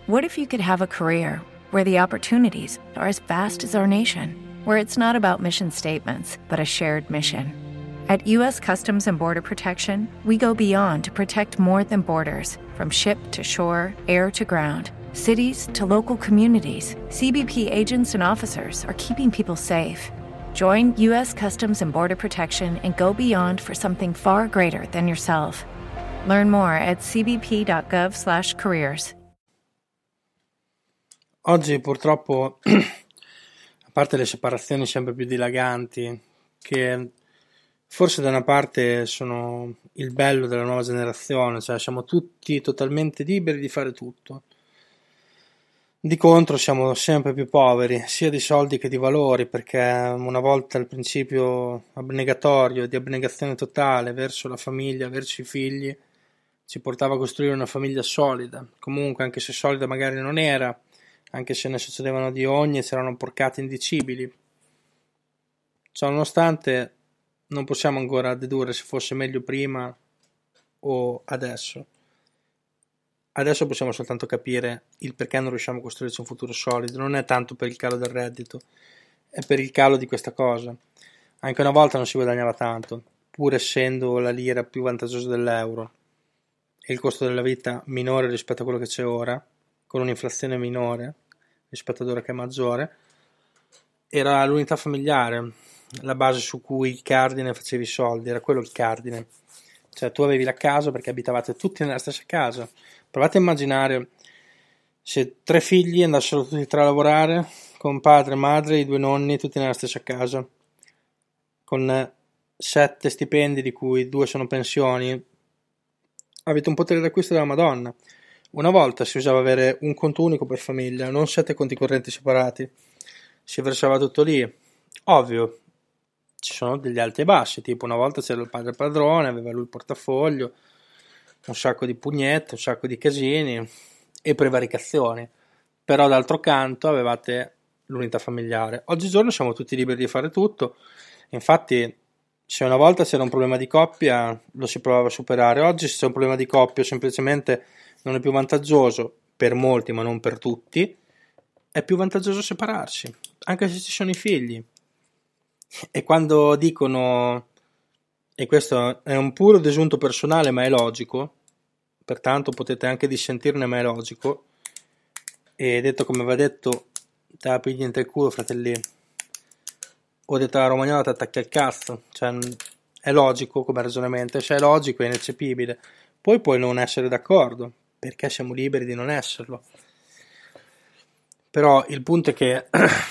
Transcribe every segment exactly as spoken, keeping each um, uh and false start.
What if you could have a career where the opportunities are as vast as our nation, where it's not about mission statements, but a shared mission? At U S Customs and Border Protection, we go beyond to protect more than borders. From ship to shore, air to ground, cities to local communities, C B P agents and officers are keeping people safe. Join U S Customs and Border Protection and go beyond for something far greater than yourself. Learn more at cbp.gov slash careers. Oggi purtroppo, a parte le separazioni sempre più dilaganti, che forse da una parte sono il bello della nuova generazione, cioè siamo tutti totalmente liberi di fare tutto. Di contro siamo sempre più poveri, sia di soldi che di valori, perché una volta il principio abnegatorio, di abnegazione totale verso la famiglia, verso i figli, ci portava a costruire una famiglia solida. Comunque, anche se solida magari non era, anche se ne succedevano di ogni e c'erano porcate indicibili. Ciò nonostante, non possiamo ancora dedurre se fosse meglio prima o adesso. Adesso possiamo soltanto capire il perché non riusciamo a costruirci un futuro solido. Non è tanto per il calo del reddito, è per il calo di questa cosa. Anche una volta non si guadagnava tanto, pur essendo la lira più vantaggiosa dell'euro e il costo della vita minore rispetto a quello che c'è ora, con un'inflazione minore rispetto ad ora che è maggiore. Era l'unità familiare la base su cui il cardine facevi i soldi, era quello il cardine. Cioè tu avevi la casa perché abitavate tutti nella stessa casa. Provate a immaginare se tre figli andassero tutti e tre a lavorare, con padre, madre, i due nonni, tutti nella stessa casa, con sette stipendi di cui due sono pensioni. Avete un potere d'acquisto della Madonna. Una volta si usava avere un conto unico per famiglia, non sette conti correnti separati. Si versava tutto lì. Ovvio, ci sono degli alti e bassi, tipo una volta c'era il padre padrone, aveva lui il portafoglio, un sacco di pugnette, un sacco di casini e prevaricazioni. Però d'altro canto avevate l'unità familiare. Oggigiorno siamo tutti liberi di fare tutto. Infatti, se una volta c'era un problema di coppia, lo si provava a superare. Oggi se c'è un problema di coppia, semplicemente non è più vantaggioso per molti, ma non per tutti, è più vantaggioso separarsi, anche se ci sono i figli. E quando dicono, e questo è un puro desunto personale ma è logico, pertanto potete anche dissentirne ma è logico, e detto come va detto, te la pigli in te il culo, fratelli, o detto alla romagnola ti attacchi al cazzo, cioè è logico come ragionamento, se è logico è ineccepibile. Poi puoi non essere d'accordo, perché siamo liberi di non esserlo, però il punto è che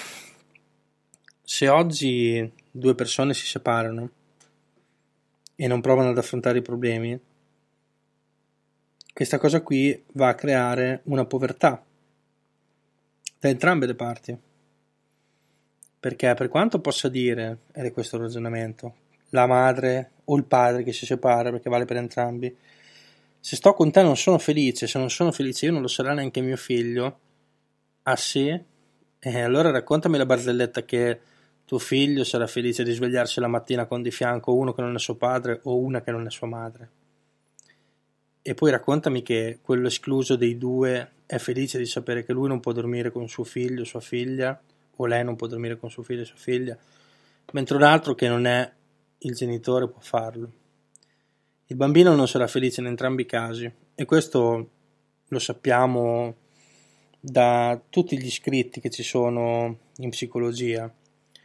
se oggi due persone si separano e non provano ad affrontare i problemi, questa cosa qui va a creare una povertà da entrambe le parti. Perché per quanto possa dire, ed è questo il ragionamento, la madre o il padre che si separa, perché vale per entrambi, se sto con te non sono felice, se non sono felice io non lo sarà neanche mio figlio, ah sì? E allora raccontami la barzelletta che tuo figlio sarà felice di svegliarsi la mattina con di fianco uno che non è suo padre o una che non è sua madre. E poi raccontami che quello escluso dei due è felice di sapere che lui non può dormire con suo figlio o sua figlia, o lei non può dormire con suo figlio e sua figlia, mentre un altro che non è il genitore può farlo. Il bambino non sarà felice in entrambi i casi, e questo lo sappiamo da tutti gli scritti che ci sono in psicologia,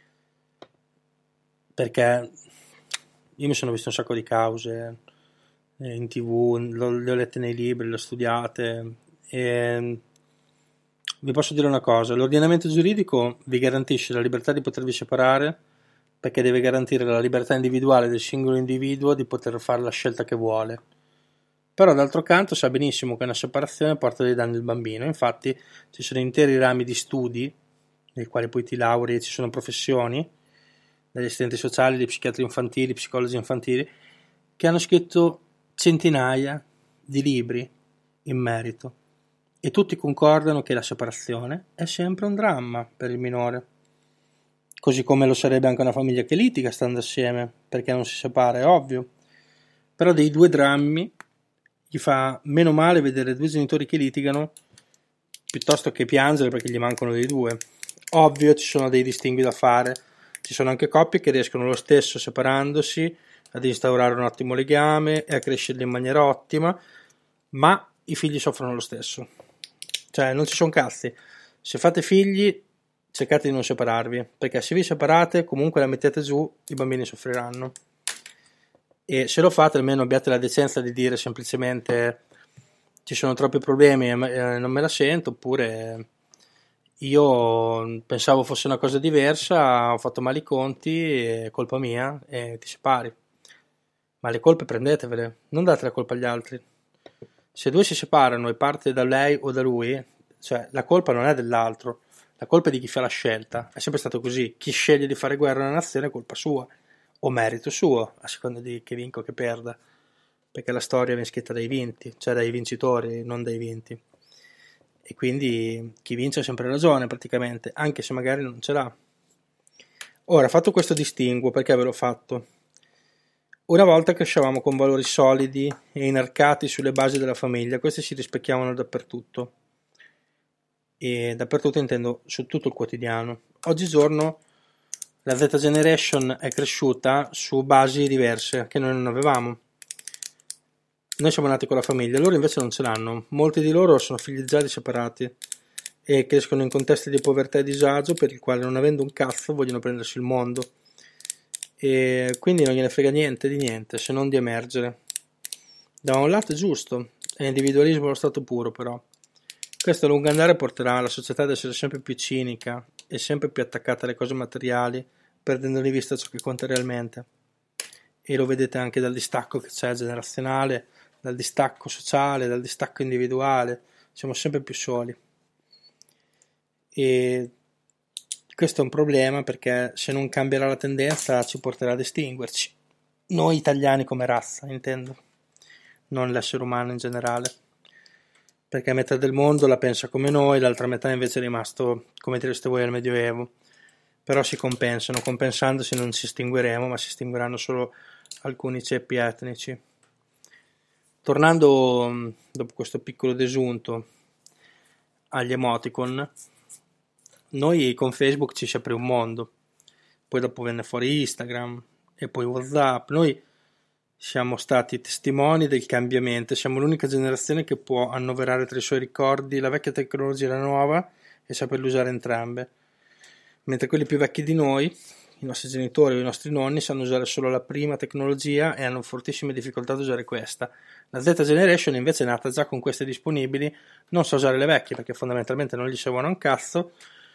perché io mi sono visto un sacco di cause in tv, le ho lette nei libri, le ho studiate, e vi posso dire una cosa: l'ordinamento giuridico vi garantisce la libertà di potervi separare, perché deve garantire la libertà individuale del singolo individuo di poter fare la scelta che vuole. Però d'altro canto sa benissimo che una separazione porta dei danni al bambino. Infatti ci sono interi rami di studi nei quali poi ti lauri e ci sono professioni, dagli assistenti sociali, degli psichiatri infantili, psicologi infantili, che hanno scritto centinaia di libri in merito, e tutti concordano che la separazione è sempre un dramma per il minore, così come lo sarebbe anche una famiglia che litiga stando assieme, perché non si separa, è ovvio. Però dei due drammi gli fa meno male vedere due genitori che litigano piuttosto che piangere perché gli mancano dei due. Ovvio, ci sono dei distingui da fare, ci sono anche coppie che riescono lo stesso separandosi ad instaurare un ottimo legame e a crescerli in maniera ottima, ma i figli soffrono lo stesso, cioè non ci sono cazzi. Se fate figli cercate di non separarvi, perché se vi separate comunque la mettete giù, i bambini soffriranno, e se lo fate almeno abbiate la decenza di dire semplicemente ci sono troppi problemi e non me la sento, oppure io pensavo fosse una cosa diversa, ho fatto male i conti, è colpa mia, e ti separi. Ma le colpe prendetevele, non date la colpa agli altri. Se due si separano e parte da lei o da lui, cioè la colpa non è dell'altro, la colpa è di chi fa la scelta. È sempre stato così: chi sceglie di fare guerra a una nazione è colpa sua, o merito suo, a seconda di che vinca o che perda, perché la storia viene scritta dai vinti, cioè dai vincitori, non dai vinti. E quindi chi vince ha sempre ragione praticamente, anche se magari non ce l'ha. Ora, fatto questo distinguo, perché ve l'ho fatto? Una volta crescevamo con valori solidi e inarcati sulle basi della famiglia, questi si rispecchiavano dappertutto, e dappertutto intendo su tutto il quotidiano. Oggigiorno la Z Generation è cresciuta su basi diverse che noi non avevamo. Noi siamo nati con la famiglia, loro invece non ce l'hanno. Molti di loro sono figlieggiati separati e crescono in contesti di povertà e disagio, per il quale, non avendo un cazzo, vogliono prendersi il mondo, e quindi non gliene frega niente di niente se non di emergere. Da un lato è giusto, è individualismo allo stato puro, però questo a lungo andare porterà la società ad essere sempre più cinica e sempre più attaccata alle cose materiali, perdendo di vista ciò che conta realmente. E lo vedete anche dal distacco che c'è generazionale, dal distacco sociale, dal distacco individuale. Siamo sempre più soli, e questo è un problema, perché se non cambierà la tendenza ci porterà ad estinguerci, noi italiani come razza intendo, non l'essere umano in generale, perché metà del mondo la pensa come noi, l'altra metà invece è rimasto, come direste voi, al Medioevo. Però si compensano, compensandosi non ci estingueremo, ma si estingueranno solo alcuni ceppi etnici. Tornando, dopo questo piccolo desunto, agli emoticon, noi con Facebook ci si aprì un mondo, poi dopo venne fuori Instagram e poi WhatsApp. Noi siamo stati testimoni del cambiamento, siamo l'unica generazione che può annoverare tra i suoi ricordi la vecchia tecnologia e la nuova e saperle usare entrambe, mentre quelli più vecchi di noi, i nostri genitori o i nostri nonni, sanno usare solo la prima tecnologia e hanno fortissime difficoltà ad usare questa. La Z Generation invece è nata già con queste disponibili, non sa usare le vecchie perché fondamentalmente non gli servono un cazzo,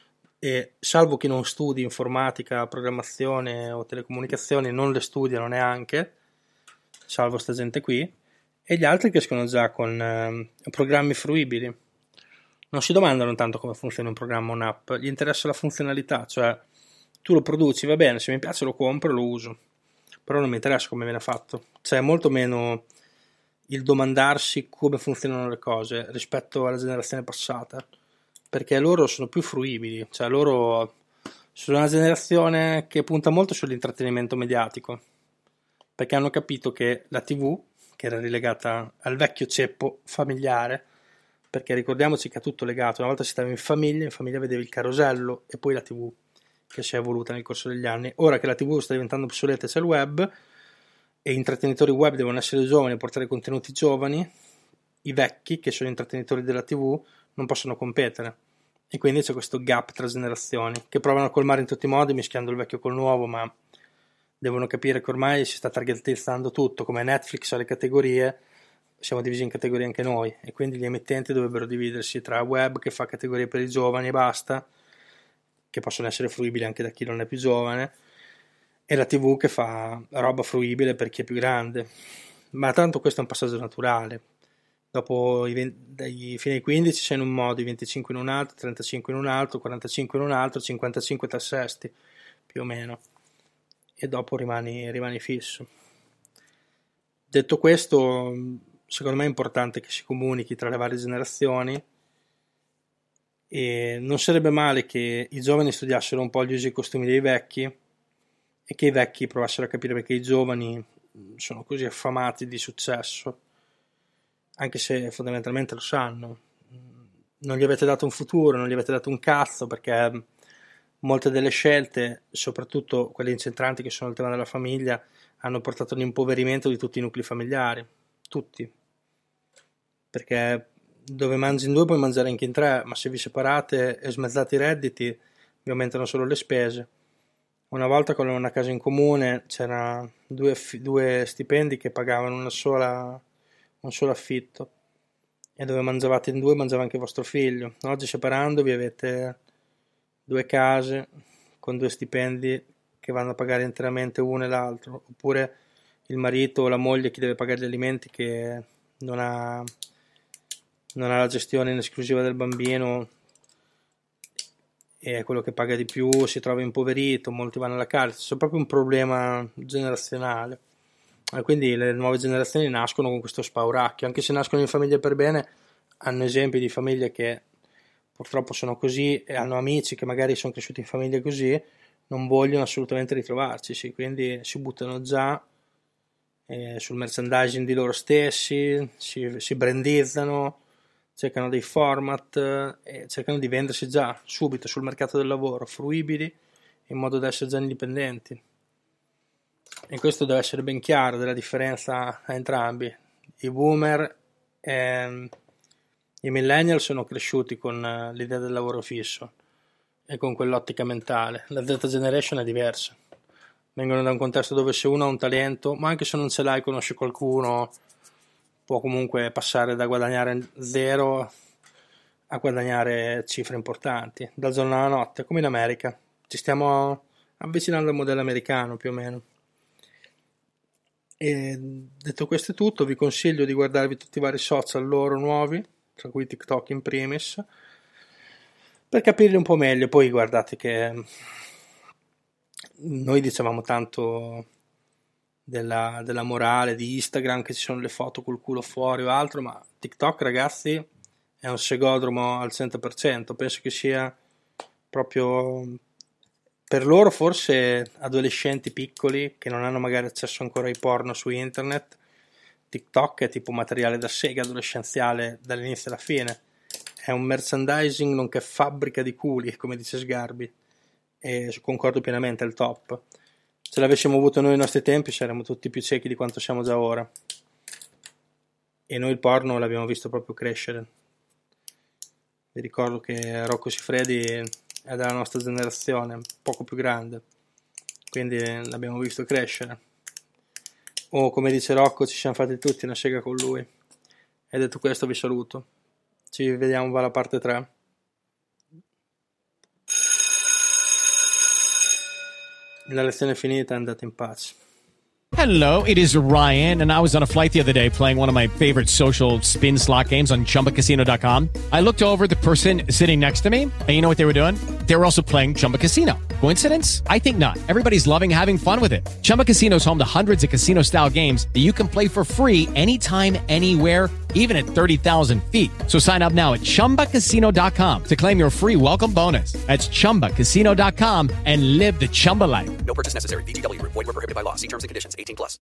e salvo chi non studi informatica, programmazione o telecomunicazioni, non le studiano neanche, salvo sta gente qui, e gli altri crescono già con eh, programmi fruibili. Non si domandano tanto come funziona un programma o un'app, gli interessa la funzionalità, cioè tu lo produci, va bene, se mi piace lo compro e lo uso, però non mi interessa come viene fatto. C'è molto meno il domandarsi come funzionano le cose rispetto alla generazione passata, perché loro sono più fruibili, cioè loro sono una generazione che punta molto sull'intrattenimento mediatico, perché hanno capito che la tivù, che era rilegata al vecchio ceppo familiare, perché ricordiamoci che è tutto legato, una volta si stava in famiglia, in famiglia vedevi il carosello e poi la tivù, che si è evoluta nel corso degli anni. Ora che la tivù sta diventando obsoleta e c'è il web, e gli intrattenitori web devono essere giovani e portare contenuti giovani, i vecchi, che sono intrattenitori della tivù, non possono competere, e quindi c'è questo gap tra generazioni che provano a colmare in tutti i modi mischiando il vecchio col nuovo, ma devono capire che ormai si sta targetizzando tutto, come Netflix ha le categorie, siamo divisi in categorie anche noi, e quindi gli emittenti dovrebbero dividersi tra web che fa categorie per i giovani e basta, che possono essere fruibili anche da chi non è più giovane, e la tivù che fa roba fruibile per chi è più grande. Ma tanto questo è un passaggio naturale. Dopo i venti, dai fine ai quindici sei in un modo, i venticinque in un altro, trentacinque in un altro, quarantacinque in un altro, cinquantacinque t'assesti, più o meno, e dopo rimani, rimani fisso. Detto questo, secondo me è importante che si comunichi tra le varie generazioni, e non sarebbe male che i giovani studiassero un po' gli usi e costumi dei vecchi, e che i vecchi provassero a capire perché i giovani sono così affamati di successo, anche se fondamentalmente lo sanno. non gli avete dato un futuro, non gli avete dato un cazzo, perché molte delle scelte, soprattutto quelle incentranti che sono il tema della famiglia, hanno portato all'impoverimento di tutti i nuclei familiari, tutti, perché dove mangi in due puoi mangiare anche in tre, ma se vi separate e smezzate i redditi vi aumentano solo le spese. Una volta con una casa in comune c'erano due, due stipendi che pagavano una sola, un solo affitto, e dove mangiavate in due mangiava anche vostro figlio. Oggi separandovi avete due case con due stipendi che vanno a pagare interamente uno e l'altro, oppure il marito o la moglie, chi deve pagare gli alimenti, che non ha, non ha la gestione in esclusiva del bambino e è quello che paga di più, si trova impoverito, molti vanno alla Caritas. È proprio un problema generazionale, e quindi le nuove generazioni nascono con questo spauracchio, anche se nascono in famiglie per bene, hanno esempi di famiglie che purtroppo sono così e hanno amici che magari sono cresciuti in famiglie così, non vogliono assolutamente ritrovarci, sì, quindi si buttano già eh, sul merchandising di loro stessi, si, si brandizzano, cercano dei format eh, e cercano di vendersi già subito sul mercato del lavoro, fruibili, in modo da essere già indipendenti. E questo deve essere ben chiaro della differenza a entrambi. I boomer e i millennial sono cresciuti con l'idea del lavoro fisso e con quell'ottica mentale. La Z Generation è diversa, vengono da un contesto dove se uno ha un talento, ma anche se non ce l'hai, conosce qualcuno, può comunque passare da guadagnare zero a guadagnare cifre importanti dal giorno alla notte, come in America. Ci stiamo avvicinando al modello americano più o meno. E detto questo è tutto, vi consiglio di guardarvi tutti i vari social loro nuovi, tra cui TikTok in primis, per capirli un po' meglio. Poi guardate che noi dicevamo tanto della, della morale di Instagram, che ci sono le foto col culo fuori o altro, ma TikTok, ragazzi, è un segodromo al cento per cento. Penso che sia proprio per loro, forse adolescenti piccoli che non hanno magari accesso ancora ai porno su internet, TikTok è tipo materiale da sega adolescenziale dall'inizio alla fine. È un merchandising nonché fabbrica di culi, come dice Sgarbi, e concordo pienamente, è il top. Se l'avessimo avuto noi ai nostri tempi saremmo tutti più ciechi di quanto siamo già ora, e noi il porno l'abbiamo visto proprio crescere. Vi ricordo che Rocco Siffredi è della nostra generazione, poco più grande, quindi l'abbiamo visto crescere. O come dice Rocco, ci siamo fatti tutti una sega con lui. E detto questo vi saluto, ci vediamo alla parte tre. La lezione è finita, andate in pace. Hello, it is Ryan, and I was on a flight the other day playing one of my favorite social spin slot games on Chumba Casino dot com. I looked over at the person sitting next to me, and you know what they were doing? They were also playing Chumba Casino. Coincidence? I think not. Everybody's loving having fun with it. Chumba Casino is home to hundreds of casino-style games that you can play for free anytime, anywhere, even at thirty thousand feet. So sign up now at Chumba Casino dot com to claim your free welcome bonus. That's Chumba Casino dot com and live the Chumba life. No purchase necessary. V G W. Void where prohibited by law. See terms and conditions. eighteen plus.